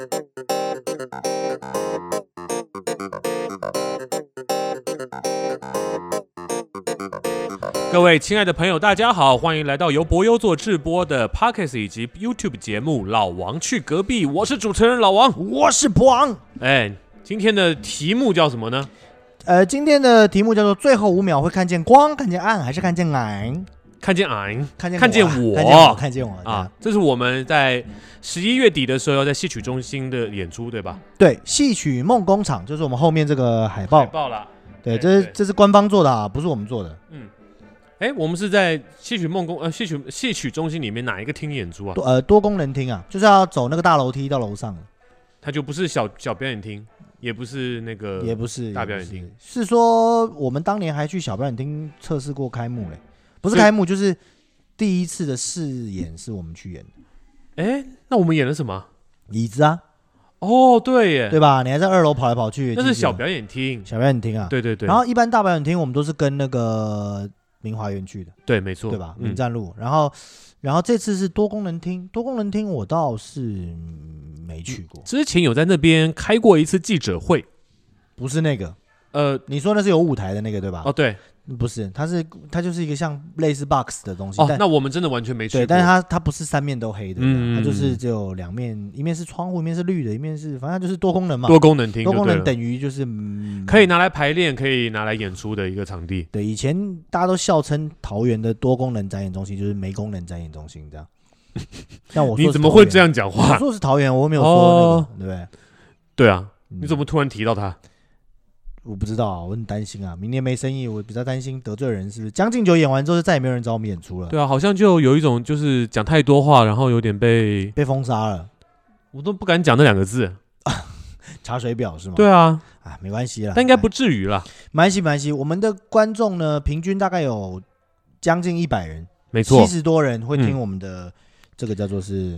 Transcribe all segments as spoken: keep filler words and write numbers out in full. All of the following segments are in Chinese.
各位亲爱的朋友，大家好，欢迎来到由博优做制播的 Podcast 以及 YouTube 节目《老王去隔壁》，我是主持人老王， 我是博王。 哎，今天的题目叫什么呢？ 呃，今天的题目叫做最后五秒会看见光、看见暗，还是看见矮？ 看见俺， 看见看见我， 我， 看见我，看见我啊！这是我们在十一月底的时候要在戏曲中心的演出，对吧？ 对，戏曲梦工厂就是我们后面这个海报。 海报啦， 对，这是这是官方做的啊，不是我们做的。 嗯，哎，我们是在戏曲梦工呃戏曲戏曲中心里面哪一个厅演出啊？ 多呃多功能厅啊，就是要走那个大楼梯到楼上。 它就不是小小表演厅，也不是那个， 也不是大表演厅， 是说我们当年还去小表演厅测试过开幕嘞，不是开幕就是第一次的试演是我们去演的。 哎，那我们演了什么？ 椅子啊。 哦，对耶， 对吧？你还在二楼跑来跑去， 那是小表演厅， 小表演厅啊。 对对对。 然后一般大表演厅我们都是跟那个明华园去的， 对，没错， 对吧？ 嗯、 民站路。然后，然后这次是多功能厅，多功能厅我倒是没去过。 之前有在那边开过一次记者会， 不是那个， 呃， 你说那是有舞台的那个对吧？ 哦，对。 不是，它是它就是一个像类似 box 的东西。 哦，那我们真的完全没去过。 对，但是它它不是三面都黑的， 嗯、 它就是只有两面，一面是窗户，一面是绿的，一面是反正就是多功能嘛。 多功能厅， 多功能等于就是、嗯、 可以拿来排练，可以拿来演出的一个场地。 对，以前大家都笑称桃园的多功能展演中心就是没功能展演中心这样。但我说你怎么会这样讲话？ 我说是桃园，我没有说那个，哦、对不对？ 对啊，你怎么突然提到他？ 我不知道啊，我很担心啊，明年没生意，我比较担心得罪人，是不是？将进酒演完之后，就再也没有人找我们演出了。 对啊，好像就有一种就是讲太多话，然后有点被被封杀了， 我都不敢讲那两个字。 查水表是吗？ 对啊， 啊，没关系啦， 但应该不至于啦。 没关系，没关系。我们的观众呢，平均大概有将近一百人， 没错， 七十多人会听我们的、嗯、这个叫做是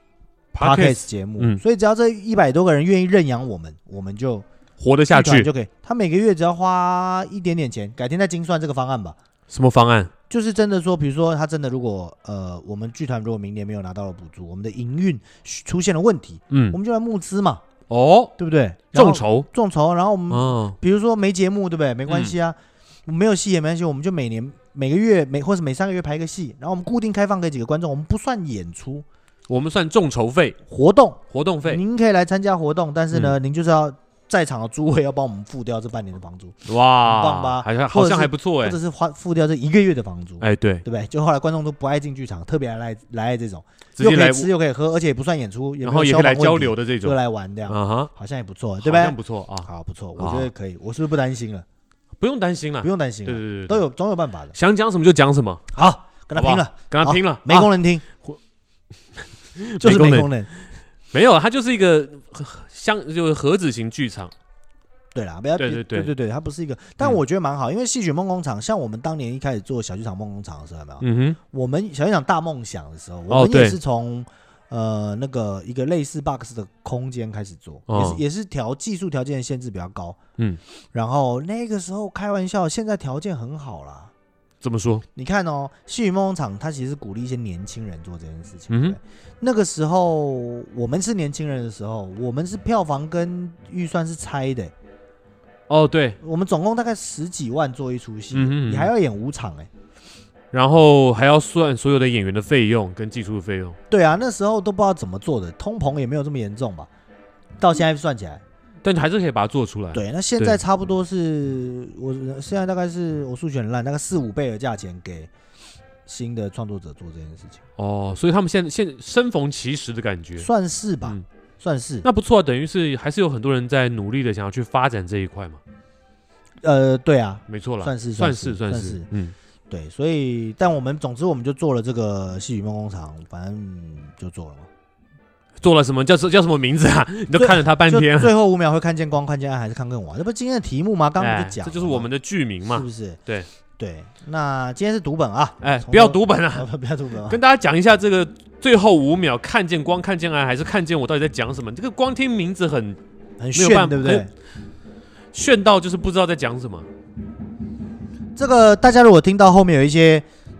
Podcast 节目、嗯，所以只要这一百多个人愿意认养我们，我们就。 活得下去就可以，他每个月只要花一点点钱，改天再精算这个方案吧。 什么方案？ 就是真的说，比如说他真的如果呃，我们剧团如果明年没有拿到了补助，我们的营运出现了问题，嗯，我们就来募资嘛， 哦， 对不对？ 众筹， 众筹，然后我们、哦、比如说没节目，对不对？没关系啊，嗯、没有戏也没关系，我们就每年每个月每或者每三个月排一个戏，然后我们固定开放给几个观众，我们不算演出， 我们算众筹费， 活动活动费， 您可以来参加活动，但是呢，嗯、您就是要。在场的诸位要帮我们付掉这半年的房租， 哇， 很棒吧？ 好像好像还不错哎、 欸，或者是花付掉这一个月的房租， 哎、欸，对， 对不对？就后来观众都不爱进剧场，特别来来这种，直接来又可以吃又可以喝，而且也不算演出， 然后也可以来交流的这种， 就来玩这样， 啊哈， 好像也不错，对不对？ 好像不错啊， 好不错，我觉得可以，我是不是不担心了？ 不用担心了， 不用担心了， 对对 对, 对， 都有总有办法的， 想讲什么就讲什么， 好，跟他拼了， 跟他拼了， 没功能听，就是没功能， 没有，它就是一个箱，就是盒子型剧场。 对啦，不要对对对对对，它不是一个，但我觉得蛮好，因为戏曲梦工厂，像我们当年一开始做小剧场梦工厂的时候，有没有？嗯哼，我们小剧场大梦想的时候，我们也是从、哦、呃那个一个类似 box 的空间开始做，哦、也是也是条技术条件的限制比较高，嗯，然后那个时候开玩笑，现在条件很好啦。 怎么说？ 你看哦，戏曲梦工厂它其实鼓励一些年轻人做这件事情。嗯、对，那个时候我们是年轻人的时候，我们是票房跟预算是拆的。 哦，对， 我们总共大概十几万做一出戏、嗯，你还要演五场哎、欸， 然后还要算所有的演员的费用跟技术的费用。 对啊，那时候都不知道怎么做的，通膨也没有这么严重吧？到现在算起来， 但你还是可以把它做出来。 对，那现在差不多是我现在大概是我数学很烂，大概四五倍的价钱给新的创作者做这件事情。 哦，所以他们现在现生逢其时的感觉， 算是吧。嗯，算是那不错，等于是还是有很多人在努力的想要去发展这一块嘛。 呃，对啊， 没错啦， 算是算是算是，嗯， 对，所以但我们总之我们就做了这个戏曲梦工厂，反正就做了嘛。 做了什么？叫叫什么名字啊？你都看了他半天了。 最后五秒会看见光，看见暗，还是看见我？这不是今天的题目吗？刚刚就讲、 欸，这就是我们的剧名嘛， 是不是？ 对对。那今天是读本啊， 哎、欸，不要读本啊， 不要读本啊， 跟大家讲一下这个。最后五秒看见光看见暗还是看见我到底在讲什么？这个光听名字很很炫，对不对？ 炫到就是不知道在讲什么。 这个大家如果听到后面有一些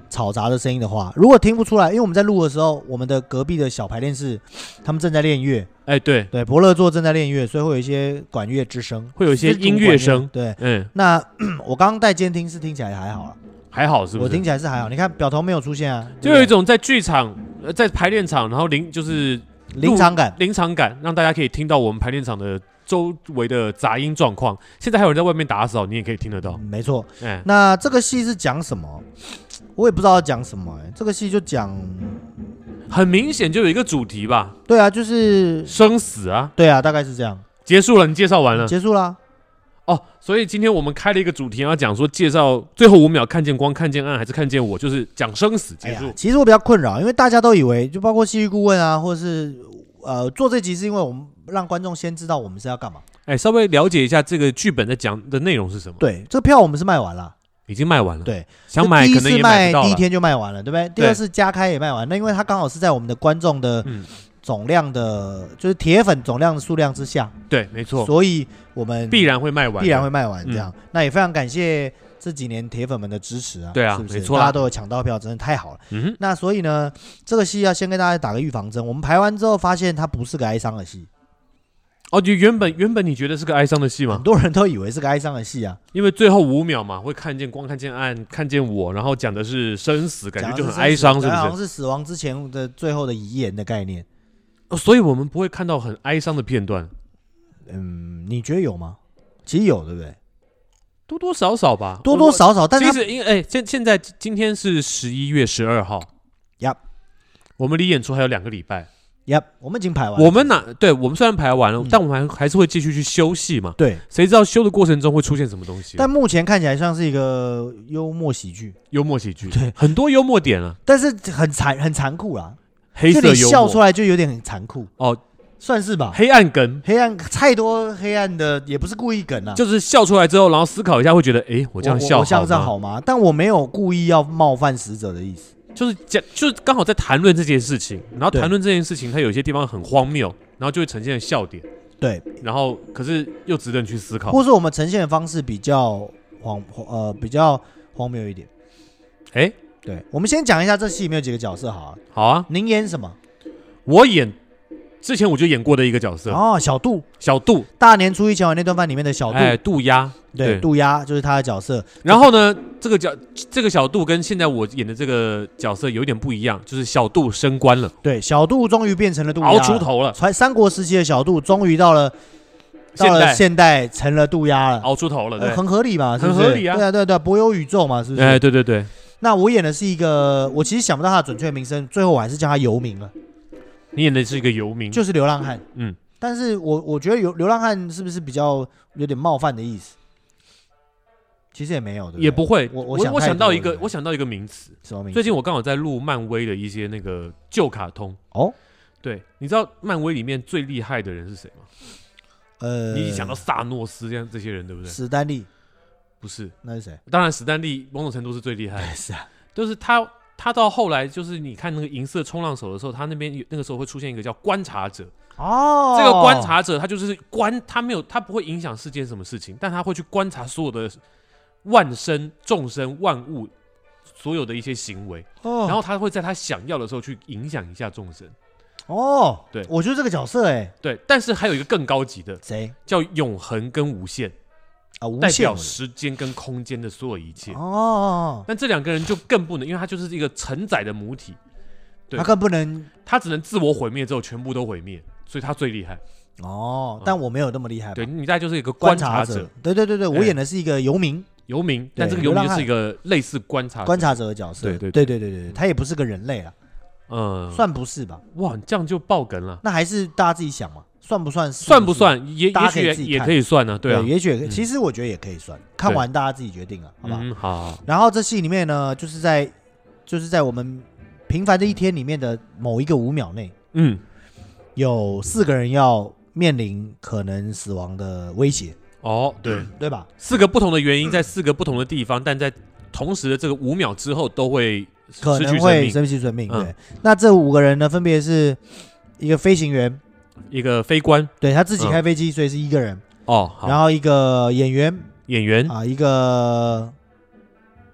吵杂的声音的话，如果听不出来，因为我们在录的时候，我们的隔壁的小排练室他们正在练乐， 哎、欸，对对，伯乐座正在练乐，所以会有一些管乐之声， 会有一些音乐声， 对，嗯，那我刚刚带监听是听起来还好了。 还好是不是？ 我听起来是还好，你看表头没有出现啊， 就有一种在剧场、在排练场，然后临就是临场感， 临场感，让大家可以听到我们排练场的周围的杂音状况。现在还有人在外面打扫，你也可以听得到。 嗯、没错、 欸， 那这个戏是讲什么？我也不知道要讲什么、欸。这个戏就讲， 很明显就有一个主题吧？ 对啊，就是生死啊。 对啊，大概是这样。 结束了，你介绍完了， 结束了。 哦，所以今天我们开了一个主题，要讲说介绍最后五秒看见光、看见暗，还是看见我，就是讲生死结束、 哎。其实我比较困扰，因为大家都以为，就包括戏剧顾问啊，或者是呃做这集是因为我们让观众先知道我们是要干嘛。 哎，稍微了解一下这个剧本在讲的内容是什么。 对，这个票我们是卖完了， 已经卖完了。 对， 想买可能也买不到了。 第一天就卖完了，对不对？第二次加开也卖完，那因为它刚好是在我们的观众的。嗯总量的，就是铁粉总量的数量之下， 对，没错， 所以我们必然会卖完， 必然会卖完这样。嗯、那也非常感谢这几年铁粉们的支持啊， 对啊， 是不是没错， 大家都有抢到票，真的太好了。嗯、那所以呢，这个戏要先跟大家打个预防针。我们排完之后发现它不是个哀伤的戏。 哦，就原本原本你觉得是个哀伤的戏吗？ 很多人都以为是个哀伤的戏啊， 因为最后五秒嘛，会看见光、看见暗、看见我，然后讲的是生死，感觉就很哀伤，是不是？ 好像是死亡之前的最后的遗言的概念。 哦、所以我们不会看到很哀伤的片段。 嗯，你觉得有吗？其实有，对不对？ 多多少少吧， 多多少少。但是其实因哎，现现在今天是十一月十二号， 呀， 我们离演出还有两个礼拜。 呀，我们已经排完了。 我们哪对？我们虽然排完了，嗯、但我们还还是会继续去修戏嘛。 对， 谁知道修的过程中会出现什么东西？ 但目前看起来像是一个幽默喜剧， 幽默喜剧， 对， 很多幽默点啊， 但是很残很残酷啦。 黑色幽默， 就你笑出来就有点很残酷哦， 算是吧。 黑暗梗， 黑暗太多黑暗的，也不是故意梗啊， 就是笑出来之后，然后思考一下，会觉得，哎，我这样笑好吗？ 我这样这样好吗？但我没有故意要冒犯死者的意思， 就是讲，就是刚好在谈论这件事情，然后谈论这件事情，它有些地方很荒谬，然后就会呈现笑点， 对， 然后可是又值得你去思考， 或是我们呈现的方式比较荒呃比较荒谬一点， 哎。 对，我们先讲一下这戏里面有几个角色好啊。 好啊， 您演什么？ 我演之前我就演过的一个角色哦，小杜， 小杜， 大年初一前往那顿饭里面的小杜， 哎，杜鸦， 对，对杜鸦就是他的角色。 然后呢，这个角这个小杜跟现在我演的这个角色有一点不一样，就是小杜升官了， 对，小杜终于变成了杜鸦， 熬出头了。 三国时期的小杜终于到了。到了现代成了杜鸦了， 熬出头了，对， 呃、很合理嘛，是不是？ 很合理啊， 对啊，对啊，对啊，博有宇宙嘛，是不是？ 哎，对对对。 那我演的是一个，我其实想不到他的准确名声，最后我还是叫他游民了。 你演的是一个游民， 就是流浪汉。 嗯， 但是我我觉得流流浪汉是不是比较有点冒犯的意思？其实也没有，对不对？ 也不会。 我我想我想到一个，我想到一个名词， 什么名词？ 最近我刚好在录漫威的一些那个旧卡通哦。 对，你知道漫威里面最厉害的人是谁吗？ 呃， 你想到萨诺斯这样这些人对不对？ 史丹利不是， 那是谁？ 当然史丹利某种程度是最厉害的， 是啊， 就是他他到后来就是你看那个银色冲浪手的时候，他那边那个时候会出现一个叫观察者哦， 这个观察者他就是观他没有他不会影响世界什么事情，但他会去观察所有的万生众生万物所有的一些行为，哦，然后他会在他想要的时候去影响一下众生。 哦， 对， 我就是这个角色哎、欸， 对，但是还有一个更高级的， 谁叫永恒跟无限啊？无限代表时间跟空间的所有一切哦。但这两个人就更不能，因为他就是一个承载的母体，对， 他更不能， 他只能自我毁灭之后全部都毁灭，所以他最厉害哦。嗯、但我没有那么厉害吧， 对，你大概就是一个观察者， 察者对对对对，我演的是一个游民。 游民，但这个游民就是一个类似观察者观察者的角色， 对对对对对对对，他也不是个人类啊。嗯，算不是吧？ 哇，这样就爆梗了。 那还是大家自己想嘛，算不算？ 算不算？也也许也可以算呢，对啊， 也许其实我觉得也可以算，看完大家自己决定了，好吧？ 嗯，好。 然后这戏里面呢，就是在就是在我们平凡的一天里面的某一个五秒内，嗯，有四个人要面临可能死亡的威胁。 哦，对对吧？ 四个不同的原因，在四个不同的地方，但在同时的这个五秒之后都会。 可能会失去生命，对。那这五个人呢，分别是一个飞行员， 一个飞官， 对他自己开飞机，所以是一个人哦。 然后一个演员， 演员啊，一个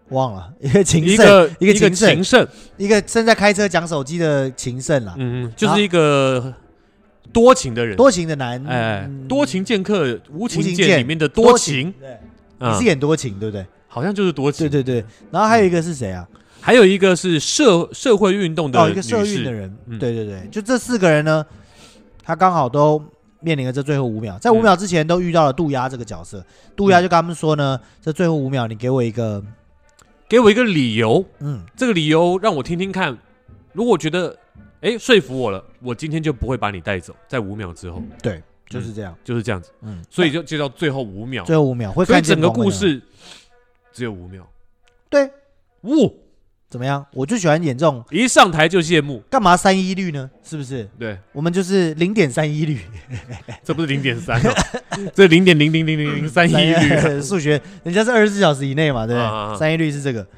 忘了一个情圣， 一个一个情圣， 情圣， 一个正在开车讲手机的情圣啦。 嗯，就是一个多情的人， 多情的男， 哎，多情剑客无情剑里面的多情， 对，你是演多情对不对？ 好像就是多情， 对对对。然后还有一个是谁啊？ 还有一个是社社会运动的哦，一个社运的人，对对对，就这四个人呢，他刚好都面临了这最后五秒，在五秒之前都遇到了渡鸦这个角色，渡鸦就跟他们说呢，这最后五秒你给我一个。 给我一个理由， 嗯， 这个理由让我听听看。如果我觉得，哎，说服我了，我今天就不会把你带走。在五秒之后， 对，就是这样， 嗯、就是这样子。嗯，所以就接到最后五秒， 最后五秒会看见整个故事只有五秒。 对， 呜， 怎么样？我就喜欢演这种一上台就谢幕， 干嘛三一律呢？是不是？ 对， 我们就是零点三一律， 这不是零点三哦，这零点零零零零零三一律。 数学人家是二十四小时以内嘛，对不对？三一律是这个。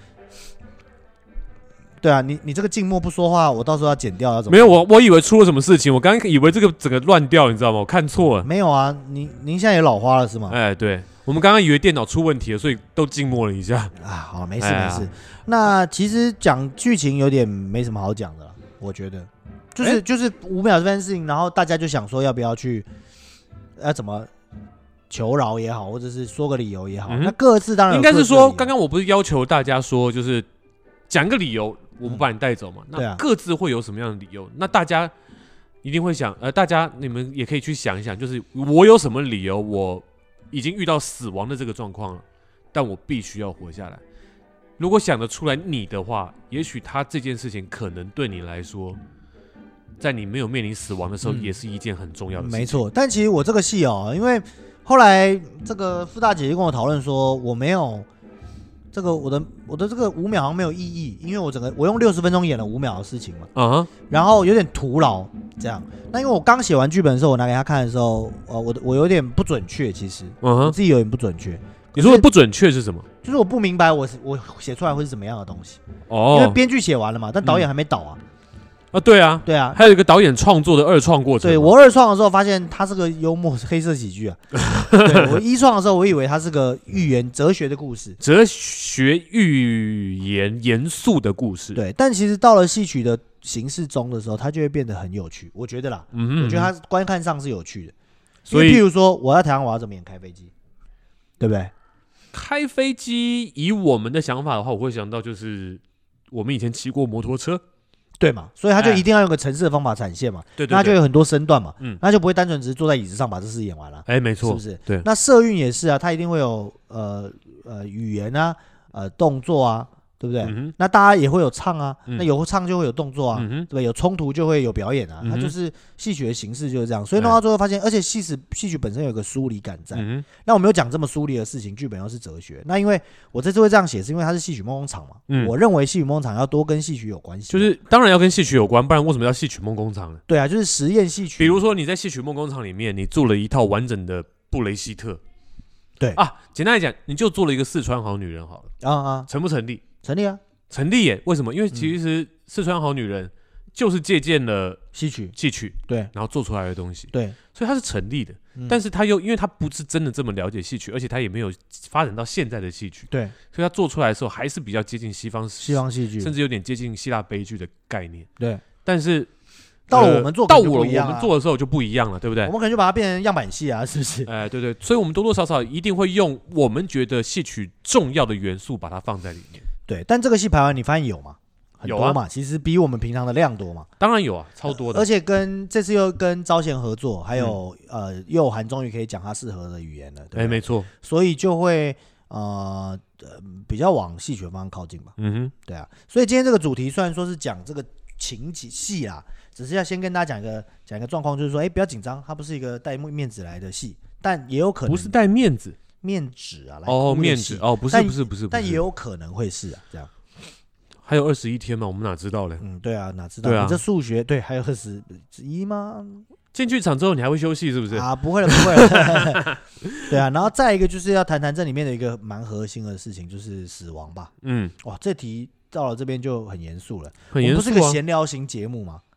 对啊，你你这个静默不说话，我到时候要剪掉要怎么？ 没有，我我以为出了什么事情，我刚刚以为这个整个乱掉，你知道吗？我看错了。 没有啊，您您现在也老花了是吗？ 哎，对，我们刚刚以为电脑出问题了，所以都静默了一下。 啊，好，没事、哎、没事。那其实讲剧情有点没什么好讲的了，我觉得，就是、哎、就是五秒这件事情，然后大家就想说要不要去，要怎么求饶也好，或者是说个理由也好，嗯、那各自当然有各自应该是说，刚刚我不是要求大家说，就是讲个理由。我不把你带走嘛？嗯、那各自会有什么样的理由？啊、那大家一定会想，呃，大家你们也可以去想一想，就是我有什么理由，我已经遇到死亡的这个状况了，但我必须要活下来。如果想得出来你的话，也许他这件事情可能对你来说，在你没有面临死亡的时候，嗯、也是一件很重要的事情。 没错，但其实我这个戏哦，因为后来这个傅大姐就跟我讨论说，我没有。这个我的我的这个五秒好像没有意义，因为我整个我用六十分钟演了五秒的事情嘛，嗯、uh ， huh. 然后有点徒劳这样。那因为我刚写完剧本的时候，我拿给他看的时候，呃，我我有点不准确，其实，嗯、uh huh. 我自己有点不准确。 你说的不准确是什么？ 就是我不明白我我写出来会是怎么样的东西。哦， oh. 因为编剧写完了嘛，但导演还没导啊。嗯啊，对啊， 对啊， 还有一个导演创作的二创过程。 对，我二创的时候发现它是个幽默黑色喜剧啊。对，我一创的时候，我以为它是个寓言哲学的故事， 哲学寓言严肃的故事。 对，但其实到了戏曲的形式中的时候，它就会变得很有趣。我觉得啦，嗯哼嗯，我觉得它观看上是有趣的。所以，譬如说，我在台湾，我要怎么演开飞机，对不对？ 开飞机，以我们的想法的话，我会想到就是我们以前骑过摩托车。 对嘛，所以他就一定要用个程式的方法展现嘛，对对对，那就有很多身段嘛，嗯，那就不会单纯只是坐在椅子上把这事演完了， 哎，没错， 是不是？ 对， 那社运也是啊，他一定会有呃呃语言啊，呃动作啊，对不对？嗯、那大家也会有唱啊，嗯、那有唱就会有动作啊，嗯、对不对？有冲突就会有表演啊，嗯、它就是戏曲的形式就是这样，所以弄到最后发现，而且戏曲戏曲本身有个疏离感在。嗯、那我没有讲这么疏离的事情，剧本又是哲学。那因为我这次会这样写，是因为它是戏曲梦工厂嘛，嗯、我认为戏曲梦工厂要多跟戏曲有关系， 就是当然要跟戏曲有关，不然为什么要戏曲梦工厂呢？ 对啊，就是实验戏曲。 比如说你在戏曲梦工厂里面，你做了一套完整的布雷希特， 对啊，简单来讲，你就做了一个四川好女人好了，啊啊，成不成立？ 成立啊。 成立耶？为什么？因为其实四川好女人就是借鉴了戏曲， 戏曲对， 然后做出来的东西， 对， 所以它是成立的。嗯、但是他又因为他不是真的这么了解戏曲，而且他也没有发展到现在的戏曲， 对， 所以他做出来的时候还是比较接近西方西方戏剧， 甚至有点接近希腊悲剧的概念。 对， 但是到了我们做、啊呃，到我我们做的时候就不一样了，对不对？ 我们可能就把它变成样板戏啊，是不是？ 哎、呃，对对，所以我们多多少少一定会用我们觉得戏曲重要的元素把它放在里面。 对，但这个戏排完你发现有吗？很多嘛， 啊、 其实比我们平常的量多嘛。 当然有啊，超多的。 呃、而且跟这次又跟招贤合作，还有、嗯、呃佑涵终于可以讲他适合的语言了，对， 哎，没错。 所以就会呃比较往戏曲方向靠近吧。嗯哼，对啊。所以今天这个主题虽然说是讲这个情节戏啦，只是要先跟大家讲一个讲一个状况，就是说，哎，不要紧张，它不是一个带面子来的戏，但也有可能不是带面子面纸啊，来哦面纸哦，不是不是不是， 但也有可能会是啊，这样。 还有二十一天嘛，我们哪知道嘞？ 嗯，对啊，哪知道？对啊，你这数学对，还有二十一吗？ 进剧场之后你还会休息是不是？ 啊，不会了，不会了。对啊，然后再一个就是要谈谈这里面的一个蛮核心的事情，就是死亡吧。嗯，哇，这题到了这边就很严肃了。很严肃啊。我们不是个闲聊型节目嘛？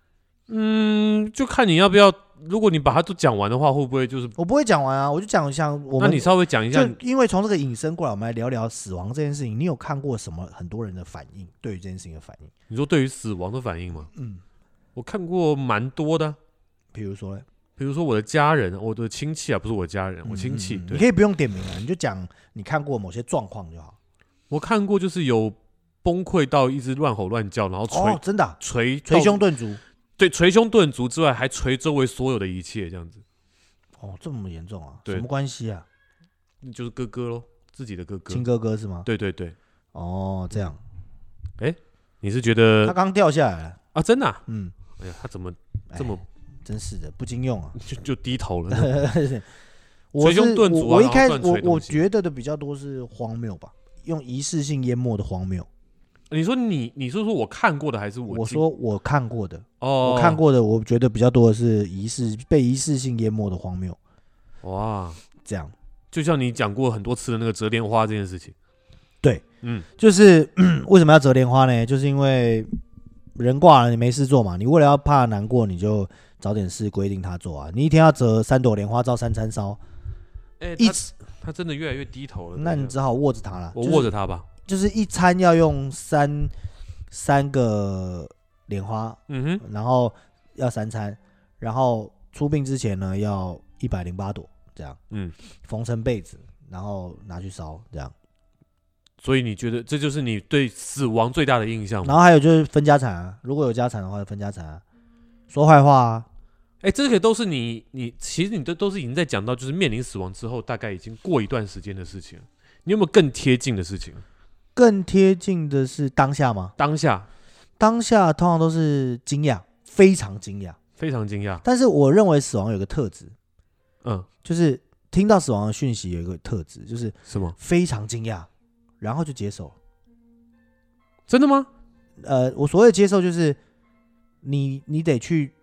嗯，就看你要不要。如果你把它都讲完的话，会不会就是我不会讲完啊？我就讲一下我们。 那你稍微讲一下， 就因为从这个引申过来，我们来聊聊死亡这件事情。你有看过什么很多人的反应？对于这件事情的反应？ 你说对于死亡的反应吗？嗯，我看过蛮多的。 比如说呢？ 比如说我的家人，我的亲戚啊，不是我家人，我亲戚。 嗯嗯你可以不用点名啊，你就讲你看过某些状况就好。 我看过，就是有崩溃到一直乱吼乱叫，然后捶， 哦，真的、啊、 捶捶胸顿足。 对，捶胸顿足之外，还捶周围所有的一切，这样子。 哦，这么严重啊？ 对， 什么关系啊？ 就是哥哥咯，自己的哥哥， 亲哥哥是吗？ 对对对。 哦，这样。 哎、欸，你是觉得他刚掉下来了啊？真的、啊？ 嗯。 哎呀，他怎么这么？ 真是的，不经用啊， 就就低头了。 捶胸顿足、啊、我, 我一开始我我觉得的比较多是荒谬吧，用仪式性淹没的荒谬。 你说你你是说我看过的还是我？ 我说我看过的哦， 我看过的，我觉得比较多的是仪式被仪式性淹没的荒谬。 哇， 这样就像你讲过很多次的那个折莲花这件事情。 对，嗯，就是为什么要折莲花呢？就是因为人挂了，你没事做嘛，你为了要怕难过，你就找点事规定他做啊。你一天要折三朵莲花照三餐烧， 哎、欸，一他, 他真的越来越低头了。 那你只好握着他了， 我握着他吧。 就是一餐要用三三个莲花， 嗯哼， 然后要三餐，然后出殡之前呢要一百零八朵，这样，嗯，缝成被子，然后拿去烧，这样。 所以你觉得这就是你对死亡最大的印象吗？ 然后还有就是分家产啊，如果有家产的话分家产啊，说坏话啊， 哎、欸，这些都是你你其实你都都是已经在讲到就是面临死亡之后，大概已经过一段时间的事情。你有没有更贴近的事情？ 更贴近的是当下吗？ 当下， 当下通常都是惊讶，非常惊讶， 非常惊讶。 但是我认为死亡有个特质， 嗯， 就是听到死亡的讯息有一个特质，就是什么？ 非常惊讶，然后就接受。 真的吗？ 呃，我所谓的接受就是你你得去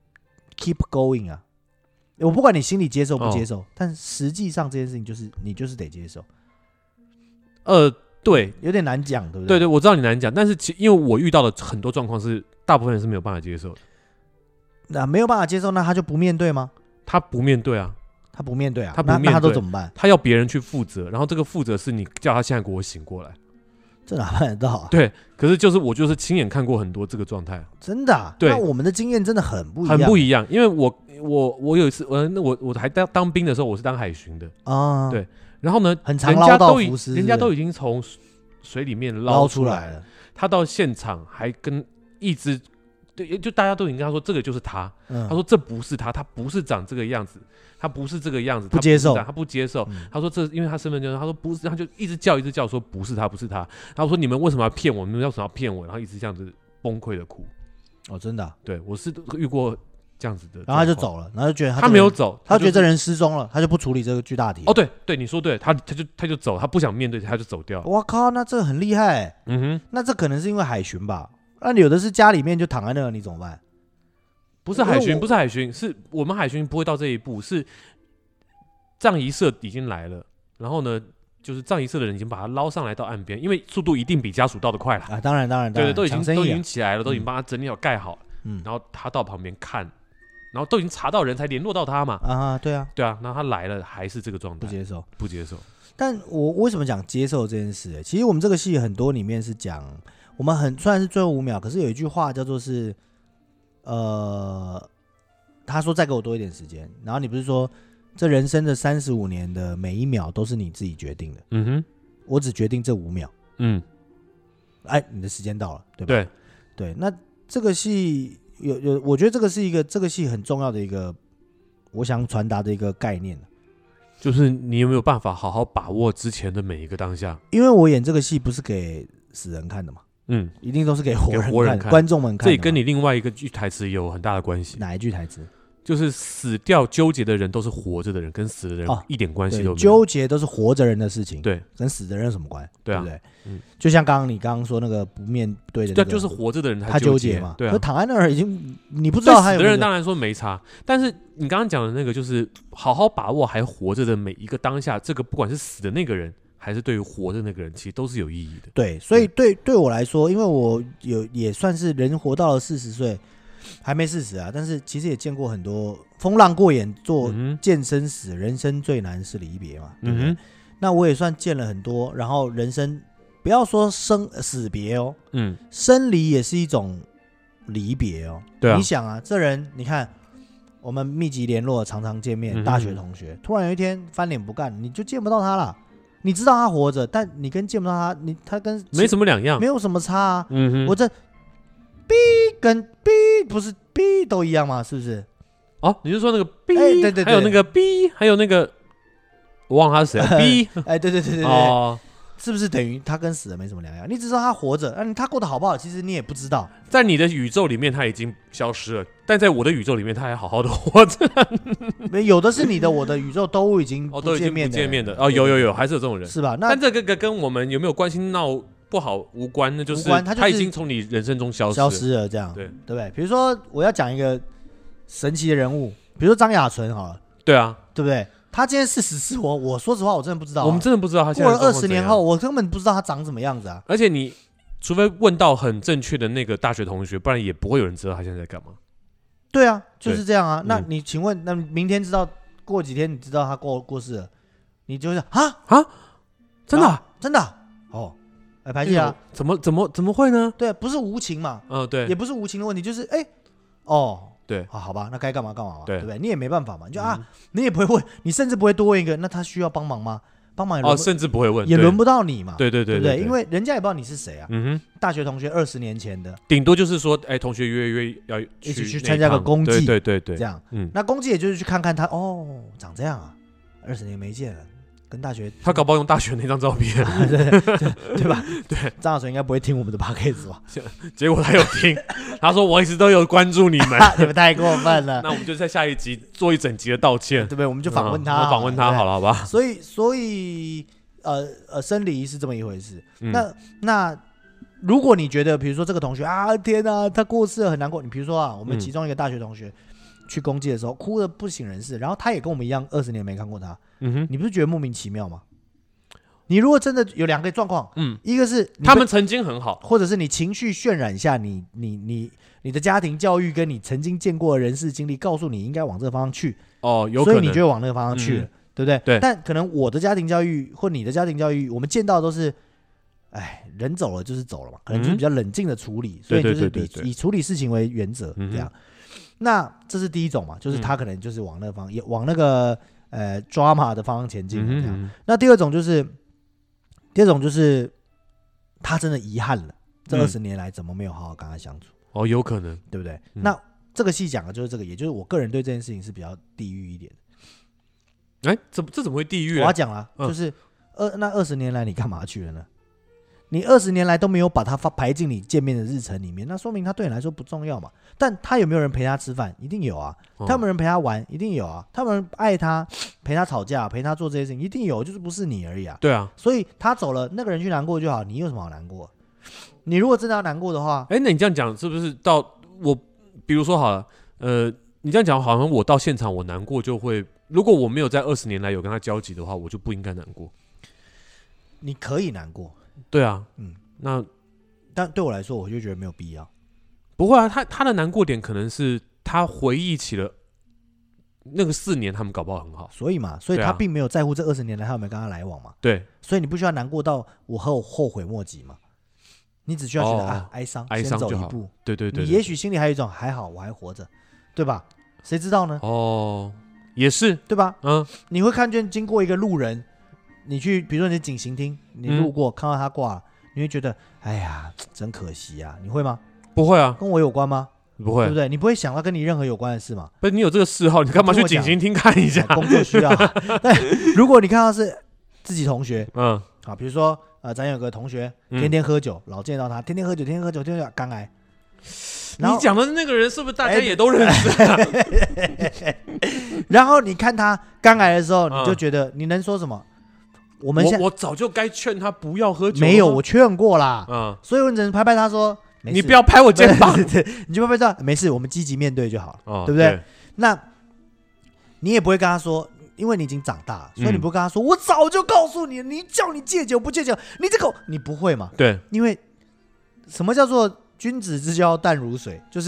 keep going 啊。我不管你心里接受不接受，哦、但实际上这件事情就是你就是得接受。 呃。对， 有点难讲，对不对？ 对对，我知道你难讲，但是其因为我遇到的很多状况是，大部分人是没有办法接受的。 那没有办法接受，那他就不面对吗？ 他不面对啊， 他不面对啊， 他不面对， 那, 那他都怎么办？ 他要别人去负责，然后这个负责是你叫他现在给我醒过来， 这哪办得到啊？ 对，可是就是我就是亲眼看过很多这个状态， 真的、啊。 对， 那我们的经验真的很不一样， 很不一样。因为我我我有一次，我那我我还当当兵的时候，我是当海巡的啊，对，然后呢， 很常捞到浮尸， 人家都已经从水里面捞出来了，他到现场还跟一直对，就大家都已经跟他说这个就是他，嗯、他说这不是他，他不是长这个样子，他不是这个样子， 不接受， 他不接受，嗯、他说这因为他身份证，他说不是，他就一直叫一直叫说不是他不是他，他说你们为什么要骗我？你们为什么要骗我？然后一直这样子崩溃的哭。 哦，真的、啊， 对我是遇过。这样子的， 然后他就走了，然后就觉得 他, 他没有走， 他觉得这人失踪了，他就不处理这个巨大题。 哦，对对，你说对，他他就他就走，他不想面对，他就走掉。 我靠，那这很厉害、欸。嗯哼，那这可能是因为海巡吧？那有的是家里面就躺在那，你怎么办？ 不是海巡，不是海巡，是我们海巡不会到这一步，是葬仪社已经来了，然后呢，就是葬仪社的人已经把他捞上来到岸边，因为速度一定比家属到的快了啊！当然当然， 对对，都已经都已经起来了，都已经帮他整理好盖好了，嗯，然后他到旁边看。然后都已经查到人才联络到他嘛啊，对啊， 对啊，然后他来了还是这个状态， 不接受， 不接受。 但我为什么讲接受这件事、欸？其实我们这个戏很多里面是讲，我们很虽然是最后五秒，可是有一句话叫做是，呃，他说再给我多一点时间，然后你不是说这人生的三十五年的每一秒都是你自己决定的，嗯哼，我只决定这五秒，嗯，哎，你的时间到了，对吧？ 对， 对，那这个戏。有有，我觉得这个是一个这个戏很重要的一个，我想传达的一个概念， 就是你有没有办法好好把握之前的每一个当下？ 因为我演这个戏不是给死人看的嘛，嗯，一定都是给活人看， 活人看观众们看。 这也跟你另外一个句台词有很大的关系。 哪一句台词？ 就是死掉纠结的人都是活着的人，跟死的人一点关系都没有。 纠结都是活着人的事情， 对， 跟死的人有什么关？ 对啊， 对不对？嗯，就像刚刚你刚刚说那个不面对的、那個， 对，就是活着的人他纠结嘛， 对啊。 可躺在那儿已经你不知道他有没有。 死的人当然说没差，但是你刚刚讲的那个就是好好把握还活着的每一个当下，这个不管是死的那个人，还是对于活的那个人，其实都是有意义的。 对，所以对对我来说，因为我有也算是人活到了四十岁。 还没四十啊，但是其实也见过很多风浪过眼，做见生死，嗯、人生最难是离别嘛，对不对？嗯、那我也算见了很多，然后人生不要说生死别哦，嗯，生离也是一种离别哦。对啊，你想啊，这人你看，我们密集联络，常常见面，嗯、大学同学，突然有一天翻脸不干，你就见不到他了。你知道他活着，但你跟见不到他，你他跟没什么两样， 没有什么差啊。嗯哼，我这 B 跟 B 不是 B 都一样吗？是不是？ 哦，你就说那个 B，、 欸、对, 对对， 还有那个 B， 还有那个我忘了他是谁 B， 哎，对对对对对，哦，是不是等于他跟死人没什么两样？你只知道他活着，嗯，他过得好不好，其实你也不知道。 在你的宇宙里面他已经消失了，但在我的宇宙里面他还好好的活着。 有的是你的，我的宇宙都已经不见面的， 哦、不见面的哦，有有有，还是有这种人， 是吧？那但这个跟我们有没有关系闹不好无关，那就是他、就是、他已经从你人生中消失了消失了，这样对对不对？比如说我要讲一个神奇的人物，比如说张雅纯好了， 对啊， 对不对？他今天是死是活，我说实话我真的不知道、啊， 我们真的不知道他现在过了二十年后，我根本不知道他长什么样子啊！ 而且你除非问到很正确的那个大学同学，不然也不会有人知道他现在在干嘛。 对啊，就是这样啊。那你请问，那明天知道，过几天你知道他过过世了，你就会啊啊，真的、啊、 真的、啊、哦，哎，排气啊， 怎么怎么怎么会呢？ 对，不是无情嘛， 嗯、呃，对， 也不是无情的问题，就是哎，哦。 对啊，好吧，那该干嘛干嘛嘛，对, 对不对？你也没办法嘛，你就、嗯、啊，你也不会问，你甚至不会多问一个，那他需要帮忙吗？帮忙也哦，甚至不会问， 也轮不到你嘛， 对对对对, 对, 对, 对, 对, 对, 对，因为人家也不知道你是谁啊。嗯哼，大学同学二十年前的， 顶多就是说，哎，同学约约要一起去参加个公祭， 对对 对, 对， 这样，嗯，那公祭也就是去看看他，哦，长这样啊，二十年没见了。跟大学， 他搞不好用大学那张照片， 对, 对, 对, 对吧？ 对， 张小纯应该不会听我们的 podcast 吧？ 结果他有听，他说我一直都有关注你们， 你们太过分了。 那我们就在下一集做一整集的道歉， 对不对？我们就访问他， 访、嗯、问他好了，好吧？ 所以，所以，呃呃，生离是这么一回事。嗯、那那如果你觉得，比如说这个同学啊，天啊，他过世了很难过。你比如说啊，我们其中一个大学同学。嗯去公祭的时候哭得不省人事，然后他也跟我们一样二十年没看过他，嗯哼，你不是觉得莫名其妙吗？你如果真的有两个状况，嗯，一个是他们曾经很好， 或者是你情绪渲染下你你你你的家庭教育跟你曾经见过的人事经历告诉你应该往这个方向去， 哦，有可能， 所以你就往那个方向去了，嗯、对不对？ 对。 但可能我的家庭教育或你的家庭教育，我们见到都是，哎，人走了就是走了嘛，可能就是比较冷静的处理，嗯、所以就是以以处理事情为原则，嗯、这样。那这是第一种嘛，就是他可能就是往那个方，也、嗯、往那个呃 drama 的方向前进这样。嗯、那第二种就是，第二种就是他真的遗憾了，这二十年来怎么没有好好跟他相处？ 哦，有可能， 对不对？嗯、那这个细讲的就是这个，也就是我个人对这件事情是比较地狱一点的。哎，怎么这怎么会地狱？ 我要讲了，嗯、就是二那二十年来你干嘛去了呢？你二十年来都没有把他排进你见面的日程里面，那说明他对你来说不重要嘛。但他有没有人陪他吃饭？一定有啊。他有没有人陪他玩？一定有啊。他有没有人爱他，陪他吵架，陪他做这些事情？一定有，就是不是你而已啊。 对啊。 所以他走了，那个人去难过就好，你有什么好难过？你如果真的要难过的话， 哎，那你这样讲是不是到我，比如说好了，呃，你这样讲好像我到现场我难过就会，如果我没有在二十年来有跟他交集的话，我就不应该难过。 你可以难过。 对啊，嗯，那但对我来说，我就觉得没有必要。 不会啊，他他的难过点可能是他回忆起了那个四年，他们搞不好很好， 所以嘛，所以他并没有在乎这二十年来他有没有跟他来往嘛。 对， 所以你不需要难过到我和我后悔莫及嘛，你只需要觉得、哦、啊，哀伤， 哀伤先走一步。 对对 对, 对， 你也许心里还有一种还好，我还活着，对吧？谁知道呢？ 哦，也是， 对吧？嗯，你会看见经过一个路人。你去，比如说你警行厅，你路过、嗯、看到他挂了，你会觉得，哎呀，真可惜啊！你会吗？ 不会啊。 跟我有关吗？ 不会， 对不对？你不会想到跟你任何有关的事吗？ 不是，你有这个嗜好，你干嘛去警行厅看一下？ 工作需要。但如果你看到是自己同学，嗯，好，比如说呃，咱有个同学天天喝酒，嗯、老见到他天天喝酒，天天喝酒，天天肝癌。 你讲的那个人是不是大家也都认识、啊欸？然后你看他肝癌的时候，你就觉得、嗯、你能说什么？我们现我, 我早就该劝他不要喝酒， 没有，我劝过啦，嗯，所以我只能拍拍他说， 你不要拍我肩膀， 你就拍拍他，没事，我们积极面对就好了，哦、对不对？ 对， 那你也不会跟他说，因为你已经长大了，所以你不会跟他说，嗯、我早就告诉你，你叫你戒酒不戒酒，你这个你不会嘛？ 对， 因为什么叫做君子之交淡如水，就是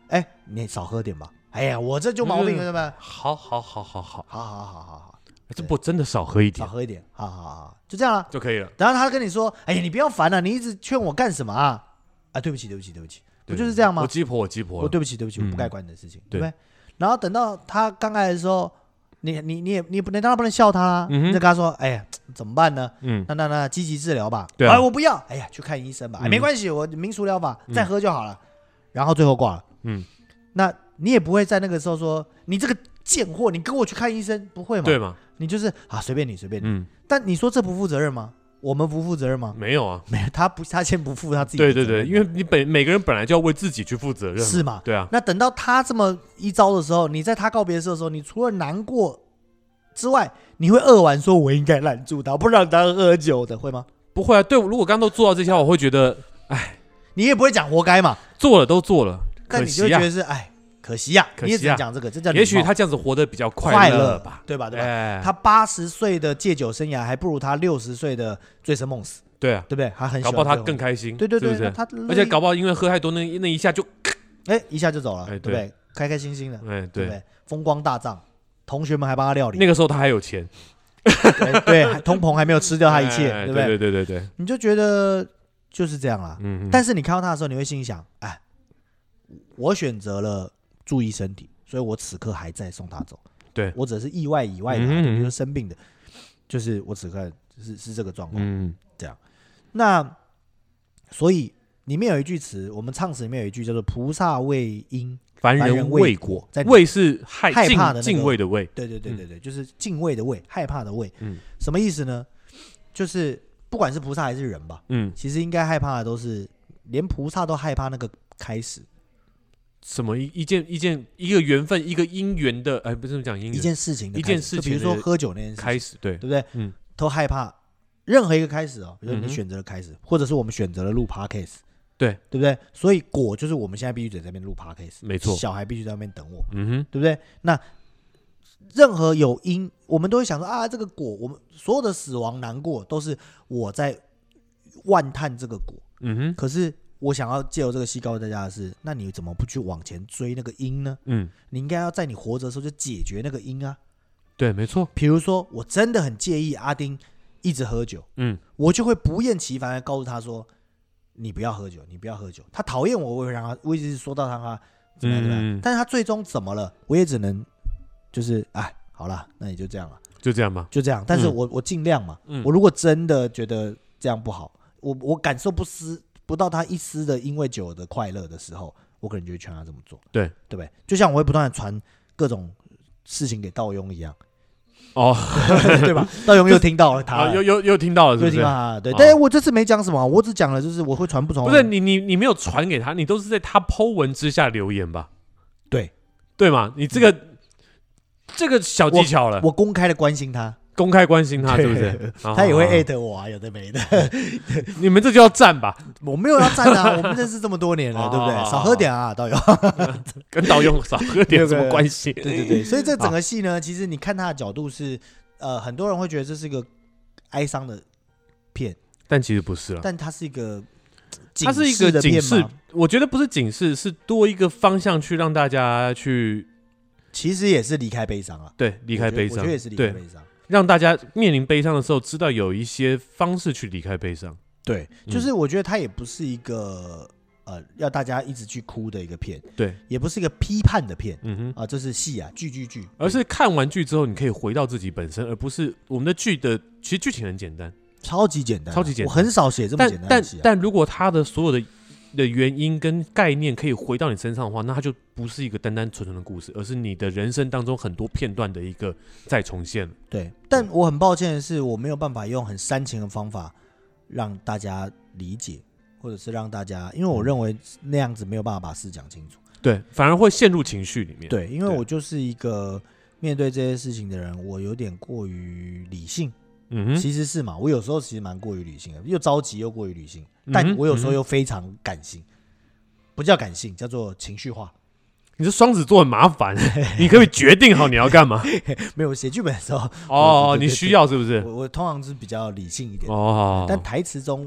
哎，你少喝点吧。哎呀，我这就毛病了，对吧？ 好好好好好好好好好好， 这不真的少喝一点， 少喝一点，好好好，就这样了就可以了。 然后他跟你说，哎呀，你不要烦了，你一直劝我干什么啊？啊，对不起，对不起，对不起，不就是这样吗？ 我鸡婆，我鸡婆， 我对不起，对不起，我不该管你的事情，对不对？然后等到他刚来的时候。你你你也你不能当然不能笑他啦，嗯、你就跟他说，哎呀，怎么办呢？嗯，那那那积极治疗吧。 对啊， 哎，我不要，哎呀，去看医生吧。嗯、哎，没关系，我民俗疗法，再喝就好了。嗯、然后最后挂了。嗯，那你也不会在那个时候说，你这个贱货，你跟我去看医生，不会嘛？ 对嘛？ 你就是啊，随便你，随便你。嗯，但你说这不负责任吗？我们不负责任吗？ 没有啊， 没有，他不，他先不负他自己。 对对对，因为你本每个人本来就要为自己去负责任， 是吗？ 对啊。 那等到他这么一招的时候，你在他告别的时候，你除了难过之外，你会扼腕说：“我应该拦住他，不让他喝酒的，会吗？” 不会啊。对，如果刚刚都做到这些，我会觉得，哎， 你也不会讲活该嘛。 做了都做了， 但你就觉得是哎，可惜呀、啊， 可惜啊， 你也只能讲这个，这叫也许他这样子活得比较快乐吧， 对吧？对吧？哎、他八十岁的戒酒生涯，还不如他六十岁的醉生梦死。 对啊， 对不对？他很搞不好他更开心， 对对对， 是不是？ 他而且搞不好因为喝太多，那那一下就， 哎，一下就走了， 哎、对, 对不对？开开心心的， 哎， 对不对？风光大葬，同学们还帮他料理。 那个时候他还有钱， 对, 对，通膨还没有吃掉他一切， 哎、 对不对？ 对对对对对， 你就觉得就是这样啦。嗯，但是你看到他的时候，你会心想，哎，我选择了注意身体，所以我此刻还在送他走。 对， 我只是意外以外的，比如说生病的，就是我此刻是是这个状况，嗯，这样。那所以里面有一句词，我们唱词里面有一句叫做"菩萨畏因， 凡人畏果"。畏是害害怕的、那个、 敬畏的畏， 对对对对对，嗯、就是敬畏的畏，害怕的畏。嗯，什么意思呢？就是不管是菩萨还是人吧，嗯，其实应该害怕的都是，连菩萨都害怕那个开始。 什么一一件一件一个缘分，一个因缘的，哎，不是讲因缘， 一件事情的一件事情， 就比如说喝酒那件事开始，对对不对？嗯，都害怕任何一个开始哦，比如说你选择了开始，嗯、或者是我们选择了录 podcast， 对对不对？所以果就是我们现在必须在这边录 podcast， 没错， 小孩必须在那边等我， 嗯哼， 对不对？那任何有因，我们都会想说啊，这个果，我们所有的死亡难过都是我在万叹这个果，嗯哼，可是。我想要借由这个戏告诉大家的是，那你怎么不去往前追那个因呢？嗯，你应该要在你活着的时候就解决那个因啊。 对，没错。 比如说，我真的很介意阿丁一直喝酒，嗯，我就会不厌其烦的告诉他说：“你不要喝酒，你不要喝酒。”他讨厌我，我会让他，我一直说到他怎么样怎么样。嗯、但是他最终怎么了？我也只能就是哎，好了，那你就这样了， 就这样吧， 就这样。但是我、嗯、我尽量嘛。嗯、我如果真的觉得这样不好，我我感受不丝。不到他一丝的因为酒的快乐的时候，我可能就会劝他这么做， 对对不对？就像我会不断的传各种事情给道庸一样， 哦， 对吧？道庸又听到了他了， 啊、又又又听到了是不是， 又听到他了，对。哦、但是我这次没讲什么，我只讲了就是我会传不同， 不是你你你没有传给他，你都是在他 po 文之下留言吧？ 对对嘛？你这个、嗯、这个小技巧了， 我, 我公开的关心他。 公开关心他是不是？ 他也会艾特我啊，有的没的。 你们这就要赞吧？ 我没有要赞啊，我们认识这么多年了，对不对？少喝点啊，导游。 跟导游少喝点有什么关系？ 对对对，所以这整个戏呢，其实你看他的角度是，呃，很多人会觉得这是一个哀伤的片， 但其实不是了。 但它是一个， 它是一个警示。我觉得不是警示，是多一个方向去让大家去。 其实也是离开悲伤啊， 对，离开悲伤， 我觉得也是离开悲伤。 让大家面临悲伤的时候，知道有一些方式去离开悲伤。 对，就是我觉得它也不是一个呃要大家一直去哭的一个片， 对， 也不是一个批判的片，嗯哼啊，这是戏啊，剧剧剧， 而是看完剧之后，你可以回到自己本身，而不是我们的剧的其实剧情很简单， 超级简单， 超级简单， 我很少写这么简单的戏、啊、 但但但如果它的所有的的原因跟概念可以回到你身上的话，那它就不是一个单单纯纯的故事，而是你的人生当中很多片段的一个再重现。 对，但我很抱歉的是，我没有办法用很煽情的方法让大家理解，或者是让大家，因为我认为那样子没有办法把事讲清楚。 对，反而会陷入情绪里面。 对，因为我就是一个面对这些事情的人，我有点过于理性。嗯哼，其实是嘛，我有时候其实蛮过于理性的，又着急又过于理性，但我有时候又非常感性，不叫感性，叫做情绪化。 你这双子座很麻烦，你可不可以决定好你要干嘛？ 没有，写剧本的时候， 哦，你需要是不是？ 我我通常是比较理性一点，哦，但台词中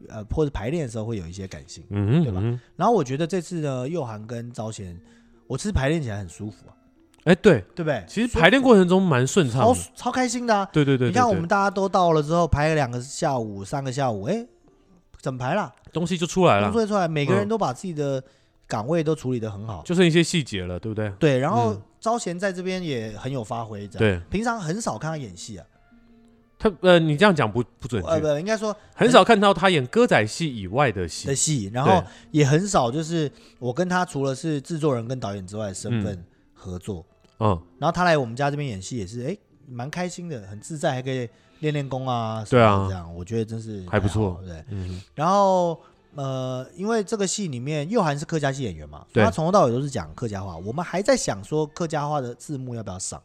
呃或者排练的时候会有一些感性， 嗯对吧？嗯、然后我觉得这次呢，佑涵跟昭贤，我其实排练起来很舒服啊。 哎，对对不对？ 其实排练过程中蛮顺畅的， 超超开心的啊！ 对对 对, 对, 对， 你看我们大家都到了之后，排了两个下午、三个下午，哎，整排了， 东西就出来了， 东西出来，每个人都把自己的岗位都处理得很好， 就剩一些细节了，对不对？ 对，然后昭贤在这边也很有发挥， 对， 平常很少看他演戏啊。 他呃，你这样讲不不准确， 呃不，应该说很少看到他演歌仔戏以外的戏的戏，然后也很少就是我跟他除了是制作人跟导演之外的身份合作。嗯嗯，然后他来我们家这边演戏也是，哎，蛮开心的，很自在，还可以练练功啊， 对啊， 这样我觉得真是还不错， 对， 嗯。 然后呃，因为这个戏里面佑涵是客家戏演员嘛，所以他从头到尾都是讲客家话，我们还在想说客家话的字幕要不要上，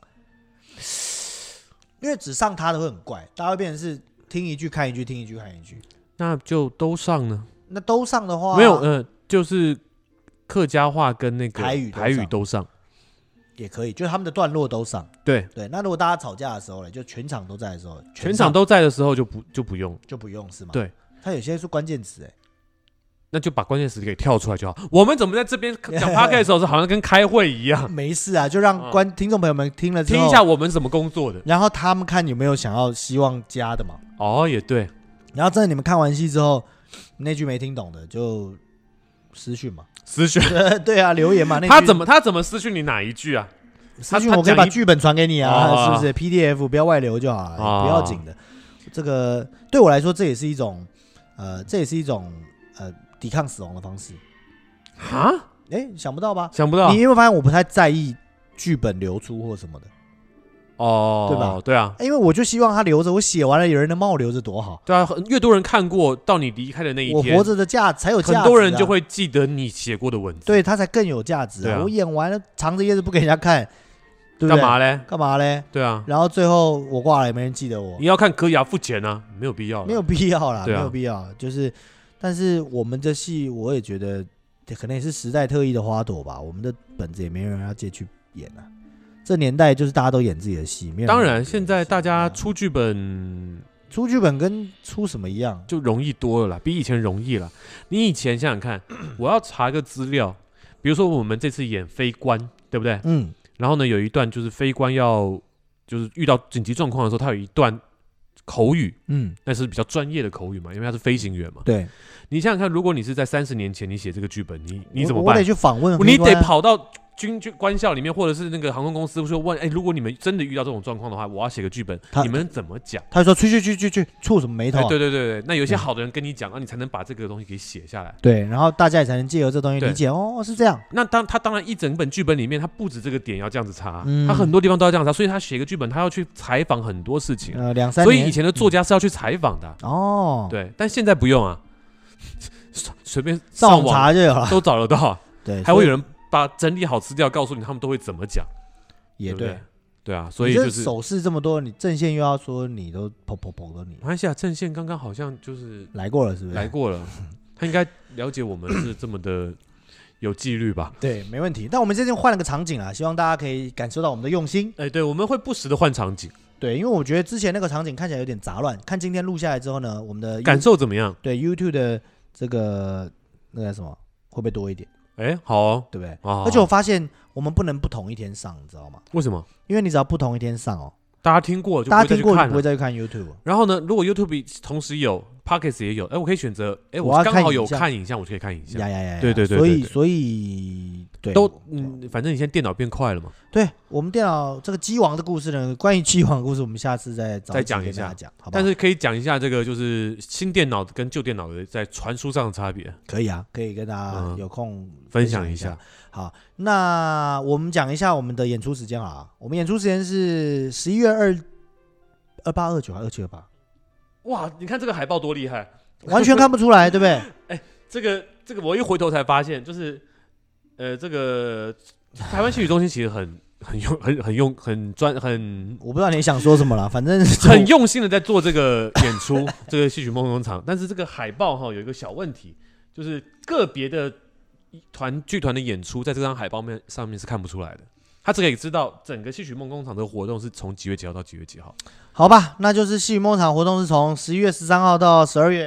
因为只上他的会很怪，大家会变成是听一句看一句，听一句看一句， 那就都上呢？ 那都上的话， 没有，呃，就是客家话跟那个台语台语都上。 也可以，就是他们的段落都上。 对对，那如果大家吵架的时候呢，就全场都在的时候， 全场都在的时候就不就不用就不用是吗？ 对， 他有些是关键词哎， 那就把关键词给跳出来就好。我们怎么在这边讲 podcast 的时候，好像跟开会一样？ 没事啊，就让观、嗯、听众朋友们听了之后听一下我们怎么工作的， 然后他们看有没有想要希望加的嘛。 哦，也对。 然后真的你们看完戏之后，那句没听懂的就私讯嘛， 私讯对啊，留言嘛。那他怎么他怎么私讯你哪一句啊？ 私讯我可以把剧本传给你啊，哦、是不是 ？P D F 不要外流就好了，哦、不要紧的。这个对我来说，这也是一种呃，这也是一种呃抵抗死亡的方式。 哈？ 哎，想不到吧？ 想不到。 你有没有发现我不太在意剧本流出或什么的？ 哦， 对吧？ 对啊， 因为我就希望他留着，我写完了，有人能帮我留着多好。 对啊，越多人看过，到你离开的那一天， 我活着的价才有价值、啊， 很多人就会记得你写过的文字， 对他才更有价值、啊啊。我演完了，藏着掖着不给人家看。干嘛嘞？ 干嘛嘞？ 对啊， 然后最后我挂了也没人记得我。 你要看可以啊，付钱啊，没有必要， 没有必要啦， 啊、 没有必要。就是，但是我们的戏，我也觉得可能也是时代特意的花朵吧。我们的本子也没人要借去演啊。这年代就是大家都演自己的戏，没有。 当然，现在大家出剧本， 出剧本跟出什么一样， 就容易多了啦，比以前容易了。你以前想想看，我要查一个资料，比如说我们这次演飞官，对不对？嗯。然后呢，有一段就是飞官要就是遇到紧急状况的时候，他有一段口语，嗯，那是比较专业的口语嘛，因为他是飞行员嘛。 对， 你想想看，如果你是在三十年前你写这个剧本，你你怎么办？ 我, 我得去访问， 你得跑到军军官校里面，或者是那个航空公司，说问，哎，如果你们真的遇到这种状况的话，我要写个剧本，你们怎么讲？ 他就说去去去去去，触什么眉头、啊哎？对对对对，那有些好的人跟你讲，啊，你才能把这个东西给写下来。 对，然后大家也才能借由这东西理解，哦，是这样。 那当他当然一整本剧本里面，他不止这个点要这样子查，嗯、他很多地方都要这样查，所以他写个剧本，他要去采访很多事情。 呃，两三年。所以以前的作家是要去采访的、啊。 哦、嗯， 对，但现在不用啊，随便上网查就有了， 都找得到。 对， 还会有人把整理好资料告诉你，他们都会怎么讲， 也对, 对, 对， 对啊，所以就是手势这么多，你阵线又要说你都砰砰砰的你， 没关系啊，阵线刚刚好像就是来过了，是不是？ 来过了，他应该了解我们是这么的有纪律吧？ 对，没问题。但我们最近换了个场景啊，希望大家可以感受到我们的用心。 哎，对，我们会不时的换场景。 对，因为我觉得之前那个场景看起来有点杂乱，看今天录下来之后呢，我们的感受怎么样？ 对 YouTube 的这个那个什么会不会多一点？ 哎，好哦， 对不对？ 哦、 而且我发现我们不能不同一天上，你知道吗？ 为什么？ 因为你只要不同一天上哦， 大家听过就不大家听过就不会再去看 YouTube。 然后呢，如果 YouTube 同时有 Podcast 也有，哎，我可以选择，哎，我刚好有看影像，我就可以看影像。 呀呀呀！ 对对对， 所以所以对， 都嗯，反正你现在电脑变快了嘛。 对我们电脑这个机王的故事呢，关于机王的故事，我们下次再再讲一下， 讲，好吧？ 但是可以讲一下这个就是新电脑跟旧电脑的在传输上的差别。 可以啊，可以跟大家有空分享一下。 好，那我们讲一下我们的演出时间啊。我们演出时间是十一月二二八、二九还是二七、二八？ 哇，你看这个海报多厉害， 完全看不出来，对不对？ 哎，这个这个我一回头才发现，就是呃，这个台湾戏曲中心其实很很用很很用很专很， 我不知道你想说什么啦，反正很用心的在做这个演出，这个戏曲梦工厂。但是这个海报哈有一个小问题，就是个别的团剧团的演出在这张海报面上面是看不出来的。他只可以知道整个戏曲梦工厂的活动是从几月几号到几月几号。 好吧，那就是戏曲梦工厂活动是从十一月十三号到十二月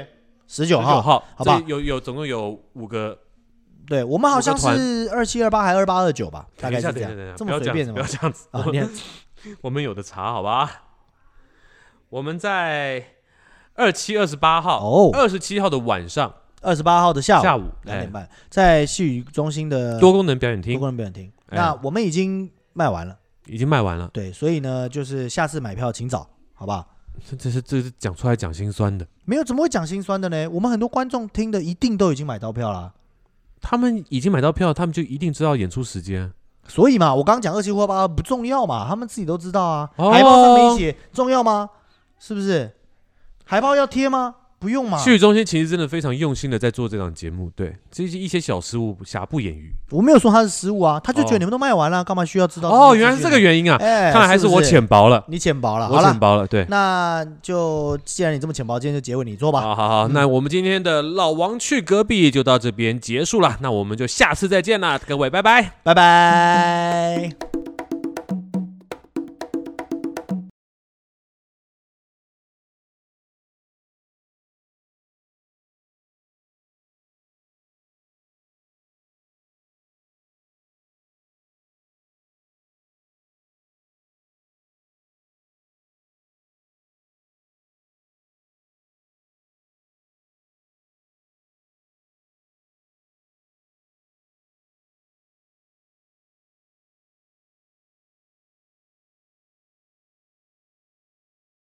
十九号， 号， 好吧？ 有有总共有五个。 对，我们好像是二七二八还二八二九吧，大概是这样。这么随便的吗？ 不要这样子啊！我们有的查，好吧？我们在二七二十八号，哦，二十七号的晚上， 二十八号的下午， 下午两点半，在戏语中心的多功能表演厅， 多功能表演厅。那我们已经卖完了， 已经卖完了。 对，所以呢，就是下次买票请早，好不好？ 这是这是讲出来讲心酸的， 没有怎么会讲心酸的呢？我们很多观众听的一定都已经买到票了。 他们已经买到票，他们就一定知道演出时间， 所以嘛，我刚刚讲二七或八不重要嘛，他们自己都知道啊。哦、海报上没写，重要吗？是不是？海报要贴吗？不用嘛。 戏剧中心其实真的非常用心的在做这档节目，对，这些一些小失误瑕不掩瑜。 我没有说他是失误啊，他就觉得你们都卖完了，干嘛需要知道？ 哦，原来是这个原因啊！哎，看来还是我浅薄了， 你浅薄了， 我浅薄了，对。 那就既然你这么浅薄，今天就结尾你做吧。 好好好，嗯、那我们今天的老王去隔壁就到这边结束了，那我们就下次再见了，各位，拜拜， 拜拜。